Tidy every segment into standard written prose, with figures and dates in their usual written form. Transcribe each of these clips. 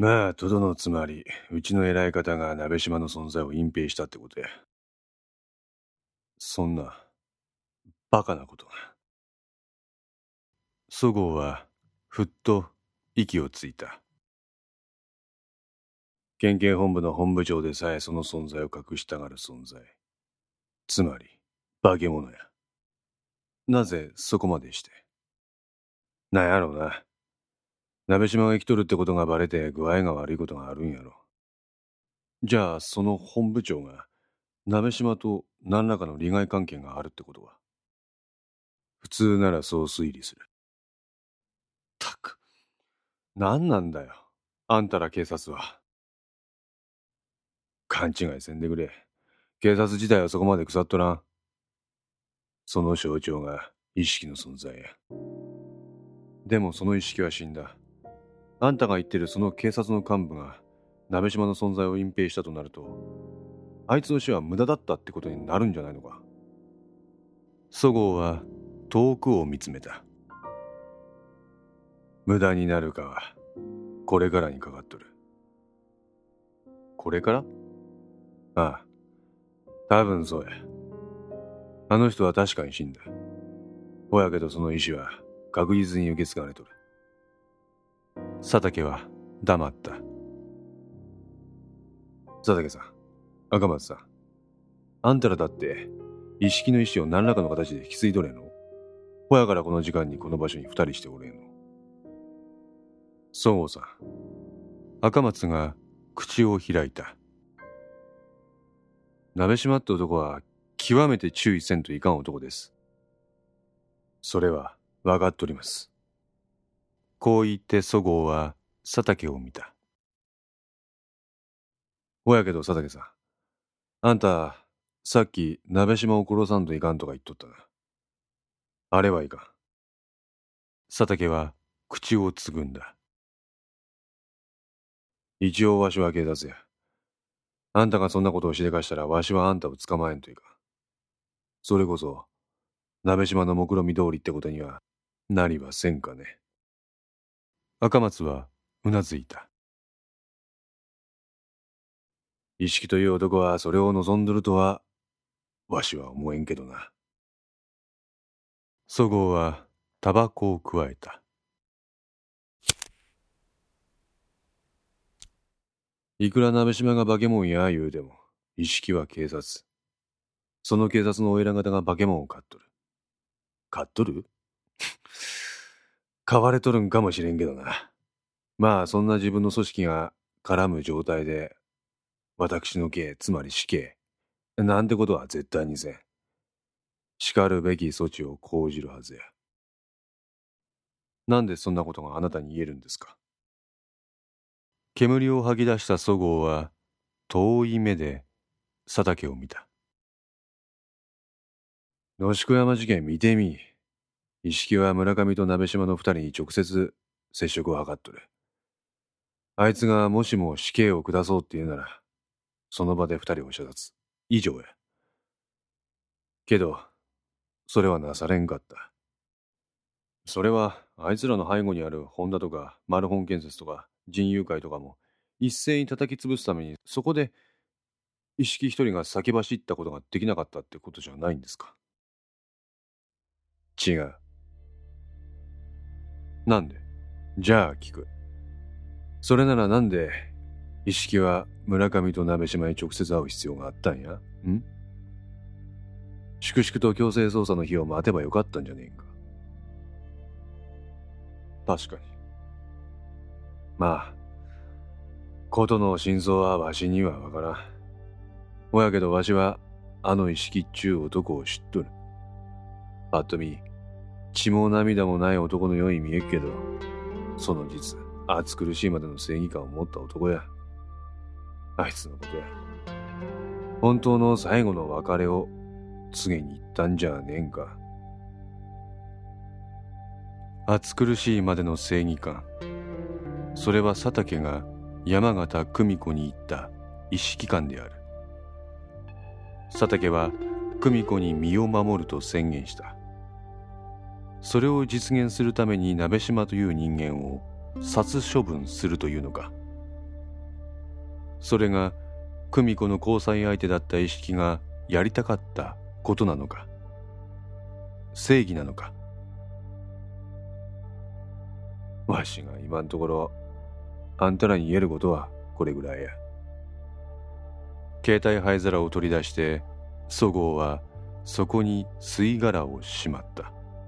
まあ、とどのつまり、うちの偉い方が鍋島の存在を隠蔽したってことや。そんな、バカなこと。そごうは、ふっと息をついた。県警本部の本部長でさえその存在を隠したがる存在。つまり、化け物や。なぜそこまでして。なんやろうな。鍋島が生きとるってことがバレて具合が悪いことがあるんやろ。じゃあ、その本部長が、鍋島と何らかの利害関係があるってことは。普通ならそう推理する。たく、何なんだよ。あんたら警察は。勘違いせんでくれ。警察自体はそこまで腐っとらん。その象徴が意識の存在や。でもその意識は死んだ。あんたが言ってるその警察の幹部が鍋島の存在を隠蔽したとなると、あいつの死は無駄だったってことになるんじゃないのか。そごうは遠くを見つめた。無駄になるかはこれからにかかっとる。これから？ああ、多分そうや。あの人は確かに死んだ。ほやけどその意志は確実に受け継がれとる。佐竹は黙った。佐竹さん、赤松さん、あんたらだって意識の意志を何らかの形で引き継いどれんの？ほやからこの時間にこの場所に二人しておれんの？そうさん。赤松が口を開いた。鍋島って男は極めて注意せんといかん男です。それは分かっとります。こう言ってそごうは佐竹を見た。ほやけど佐竹さん、あんたさっき鍋島を殺さんといかんとか言っとったな。あれはいかん。佐竹は口をつぐんだ。一応わしは警察や。あんたがそんなことをしでかしたらわしはあんたを捕まえんといかん。それこそ鍋島の目論見通りってことにはなりはせんかね。赤松はうなずいた。意識という男はそれを望んどるとはわしは思えんけどな。そごうはタバコをくわえた。いくら鍋島が化け物や言うでも意識は警察。その警察のお偉方が化け物を飼っとる。飼っとる？飼われとるんかもしれんけどな。まあそんな自分の組織が絡む状態で私の刑、つまり死刑なんてことは絶対にせん。しかるべき措置を講じるはずや。なんでそんなことがあなたに言えるんですか？煙を吐き出したそごうは遠い目で佐竹を見た。野宿山事件見てみ。一色は村上と鍋島の二人に直接接触を図っとる。あいつがもしも死刑を下そうって言うなら、その場で二人を射殺。以上や。けど、それはなされんかった。それは、あいつらの背後にあるホンダとか、マルホン建設とか、人友会とかも、一斉に叩き潰すために、そこで、一色一人が先走ったことができなかったってことじゃないんですか？違う。なんで？じゃあ聞く。それならなんで、一色は村上と鍋島に直接会う必要があったんや？粛々と強制捜査の日を待てばよかったんじゃねえんか。確かに。まあ、ことの真相はわしにはわからん。ほやけどわしは、あの意識っちゅう男を知っとる。ぱっと見、血も涙もない男のように見えるけど、その実、暑苦しいまでの正義感を持った男や。あいつのことや。本当の最後の別れを告げに行ったんじゃねえんか。暑苦しいまでの正義感。それは佐竹が山形久美子に言った意識感である。佐竹は久美子に身を守ると宣言した。それを実現するために鍋島という人間を殺処分するというのか。 それが久美子の交際相手だった意識がやりたかったことなのか、正義なのか。わしが今んところあんたらに言えることはこれぐらいや。携帯灰皿を取り出してそごうはそこに吸い殻をしまった。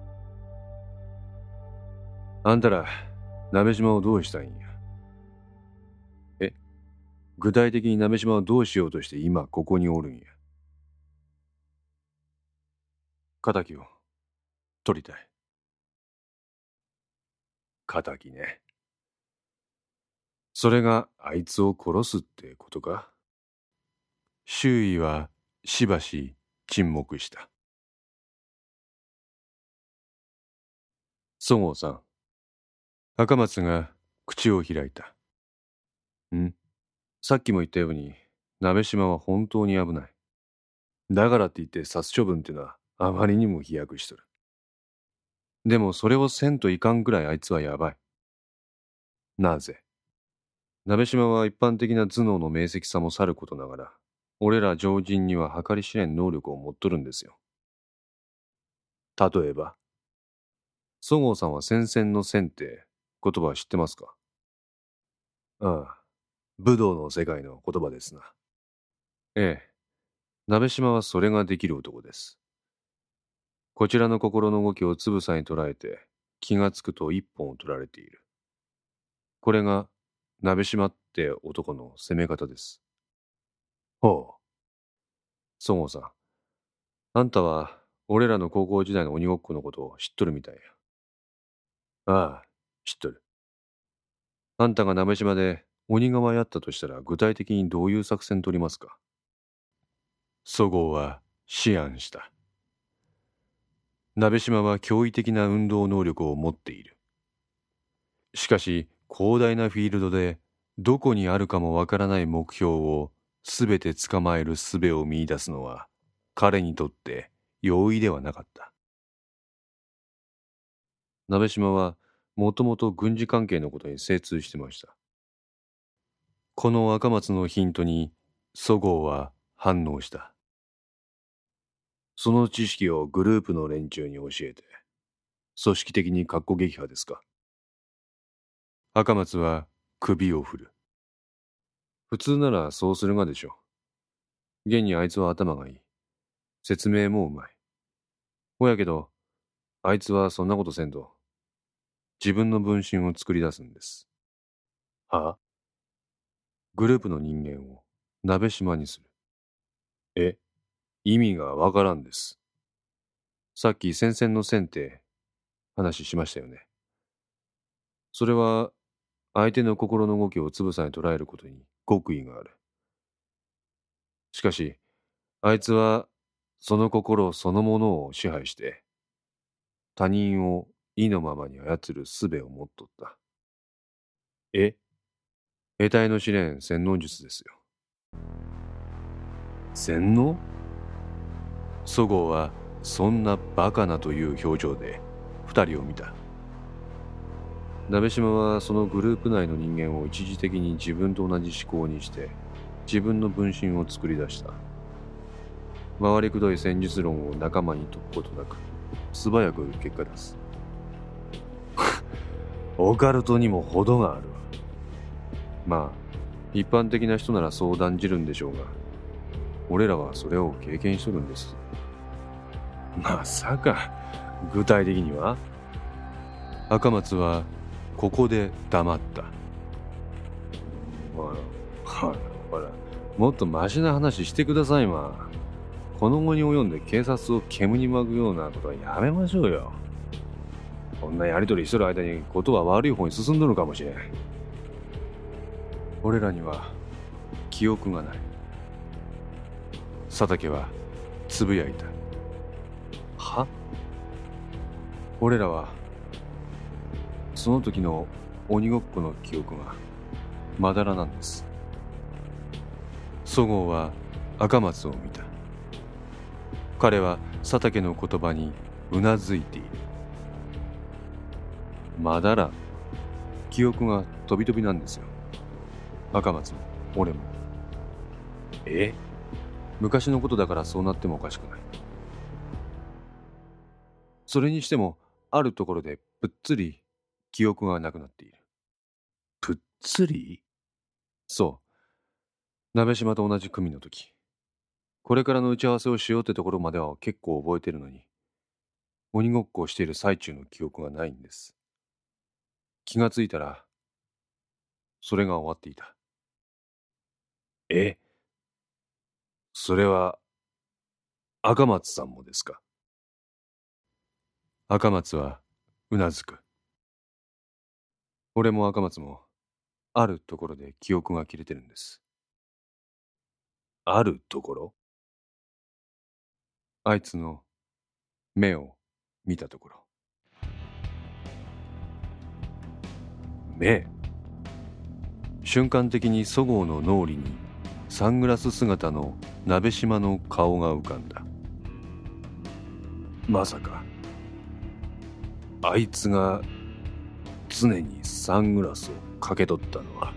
あんたら鍋島をどうしたいんや。具体的に鍋島をどうしようとして今ここにおるんや。仇を取りたい。仇ね。それがあいつを殺すってことか。周囲はしばし沈黙した。そごうさん、赤松が口を開いた。さっきも言ったように鍋島は本当に危ない。だからって言って殺処分ってのはあまりにも飛躍しとる。でもそれをせんといかんくらいあいつはやばい。なぜ？鍋島は一般的な頭脳の明晰さもさることながら、俺ら常人には計り知れん能力を持っとるんですよ。例えば、そごうさんは戦線の線って言葉は知ってますか？ああ、武道の世界の言葉ですな。ええ、鍋島はそれができる男です。こちらの心の動きをつぶさに捉えて、気がつくと一本を取られている。これが鍋島って男の攻め方です。ほう。そごうさん、あんたは俺らの高校時代の鬼ごっこのことを知っとるみたいや。ああ、知っとる。あんたが鍋島で鬼側やったとしたら具体的にどういう作戦取りますか？そごうは思案した。鍋島は驚異的な運動能力を持っている。しかし広大なフィールドでどこにあるかもわからない目標をすべて捕まえる術を見出すのは彼にとって容易ではなかった。鍋島はもともと軍事関係のことに精通してました。この赤松のヒントにそごうは反応した。その知識をグループの連中に教えて、組織的に格好撃破ですか？赤松は首を振る。普通ならそうするがでしょう。現にあいつは頭がいい。説明もうまい。ほやけど、あいつはそんなことせんと、自分の分身を作り出すんです。は？グループの人間を鍋島にする。意味がわからんです。さっき戦線の線って話しましたよね。それは相手の心の動きをつぶさに捉えることに極意がある。しかし、あいつはその心そのものを支配して、他人を意のままに操る術を持っとった。得体の知れん洗脳術ですよ。洗脳？そごうはそんなバカなという表情で二人を見た。鍋島はそのグループ内の人間を一時的に自分と同じ思考にして自分の分身を作り出した。回りくどい戦術論を仲間に解くことなく素早く結果出す。オカルトにも程があるわ。まあ一般的な人ならそう断じるんでしょうが、俺らはそれを経験しとるんです。まさか具体的には？赤松はここで黙った。ほら、もっとマシな話してくださいま。この後に及んで警察を煙に巻くようなことはやめましょうよ。こんなやりとりしとる間にことは悪い方に進んどるかもしれん。俺らには記憶がない。佐竹はつぶやいた。は？俺らはその時の鬼ごっこの記憶がまだらなんです。そごうは赤松を見た。彼は佐竹の言葉にうなずいている。まだら、記憶が飛び飛びなんですよ。赤松も俺も。 え？昔のことだからそうなってもおかしくない。それにしても、あるところでぷっつり記憶がなくなっている。ぷっつり？そう。鍋島と同じ組の時。これからの打ち合わせをしようってところまでは結構覚えてるのに、鬼ごっこをしている最中の記憶がないんです。気がついたら、それが終わっていた。え？それは、赤松さんもですか？赤松はうなずく。俺も赤松も、あるところで記憶が切れてるんです。あるところ？あいつの目を見たところ。目？瞬間的にそごうの脳裏にサングラス姿の鍋島の顔が浮かんだ。まさかあいつが常にサングラスをかけとったのは。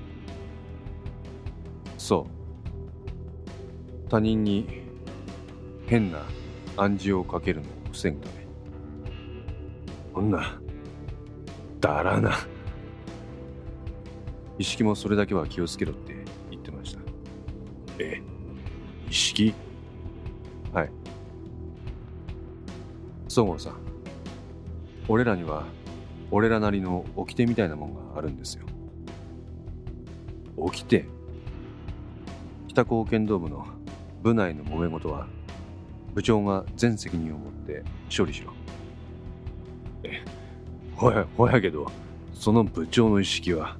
そう。他人に変な暗示をかけるのを防ぐため。こんなだらな。一色もそれだけは気をつけろって言ってました。え、一色？はい。そごうさん、俺らには俺らなりの掟みたいなもんがあるんですよ。掟？北高剣道部の部内の揉め事は部長が全責任を持って処理しろ。ほやけど、その部長の意識は。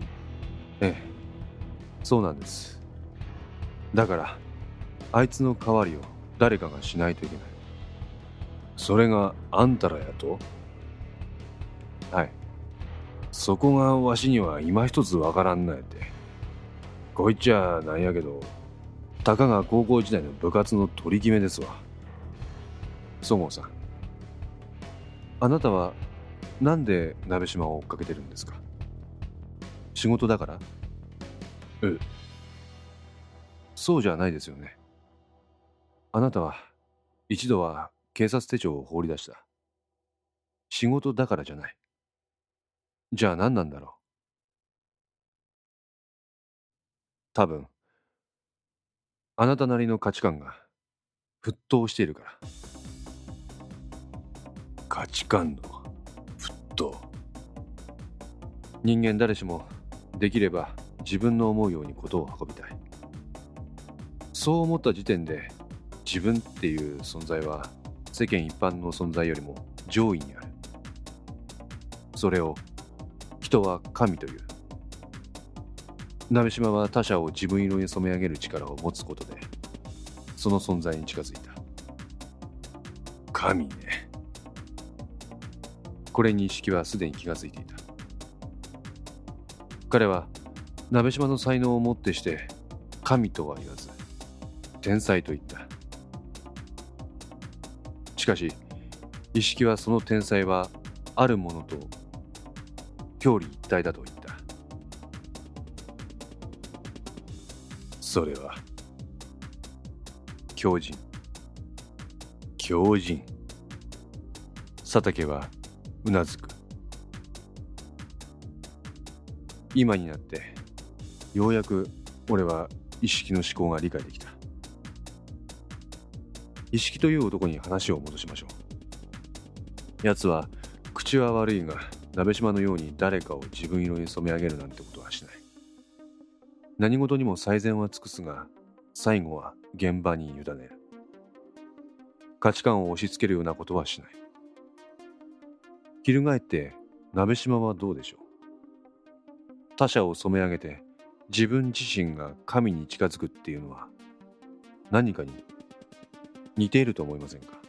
そうなんです。だからあいつの代わりを誰かがしないといけない。それがあんたらやと？はい。そこがわしには今一つわからんのやて。こいっちゃなんやけど、たかが高校時代の部活の取り決めですわ。そごうさん、あなたはなんで鍋島を追っかけてるんですか？仕事だから？そうじゃないですよね。あなたは一度は警察手帳を放り出した。仕事だからじゃない。じゃあ何なんだろう。多分あなたなりの価値観が沸騰しているから。価値観の沸騰。人間誰しもできれば自分の思うようにことを運びたい。そう思った時点で自分っていう存在は世間一般の存在よりも上位にある。それを人は神という。鍋島は他者を自分色に染め上げる力を持つことでその存在に近づいた。神ね。これに一色はすでに気がついていた。彼は鍋島の才能をもってして神とは言わず天才と言った。しかし一色はその天才はあるものと表裏一体だと言った。それは狂人。狂人。佐竹はうなずく。今になってようやく俺は一色の思考が理解できた。一色という男に話を戻しましょう。奴は口は悪いが鍋島のように誰かを自分色に染め上げるなんてことはしない。何事にも最善は尽くすが最後は現場に委ねる。価値観を押し付けるようなことはしない。翻って鍋島はどうでしょう。他者を染め上げて自分自身が神に近づくっていうのは何かに似ていると思いませんか？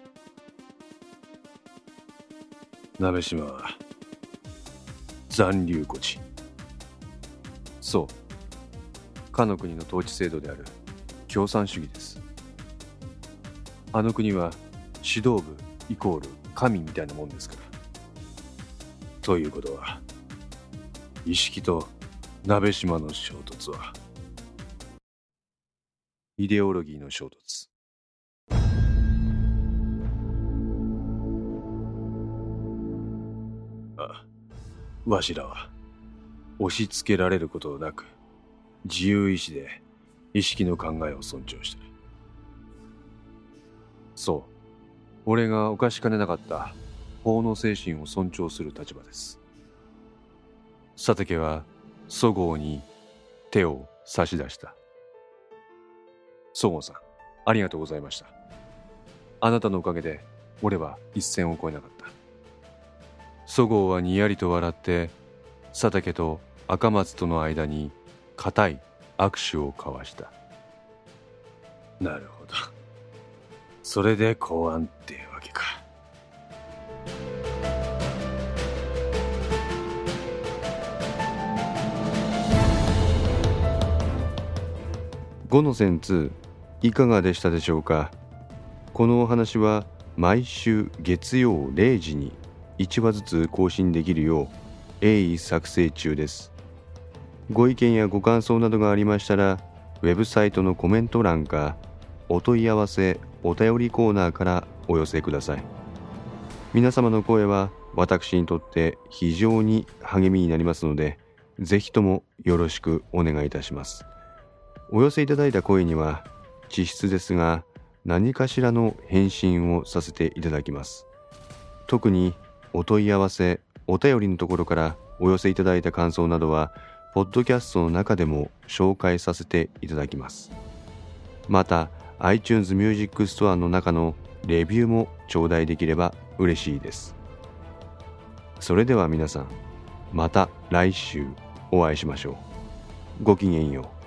鍋島は残留孤児。そう、かの国の統治制度である共産主義です。あの国は指導部イコール神みたいなもんですから。ということは一色と鍋島の衝突はイデオロギーの衝突。わしらは押し付けられることなく自由意志で意識の考えを尊重してる。そう、俺が犯しかねなかった法の精神を尊重する立場です。佐竹は十郷に手を差し出した。十郷さん、ありがとうございました。あなたのおかげで俺は一線を越えなかった。十郷はにやりと笑って佐竹と赤松との間に固い握手を交わした。なるほど、それで公安ってわけか。 5の線2いかがでしたでしょうか。このお話は毎週月曜0時に1話ずつ更新できるよう鋭意作成中です。ご意見やご感想などがありましたらウェブサイトのコメント欄かお問い合わせお便りコーナーからお寄せください。皆様の声は私にとって非常に励みになりますので、ぜひともよろしくお願いいたします。お寄せいただいた声には実質ですが何かしらの返信をさせていただきます。特にお問い合わせお便りのところからお寄せいただいた感想などはポッドキャストの中でも紹介させていただきます。また iTunes Music Store の中のレビューも頂戴できれば嬉しいです。それでは皆さん、また来週お会いしましょう。ごきげんよう。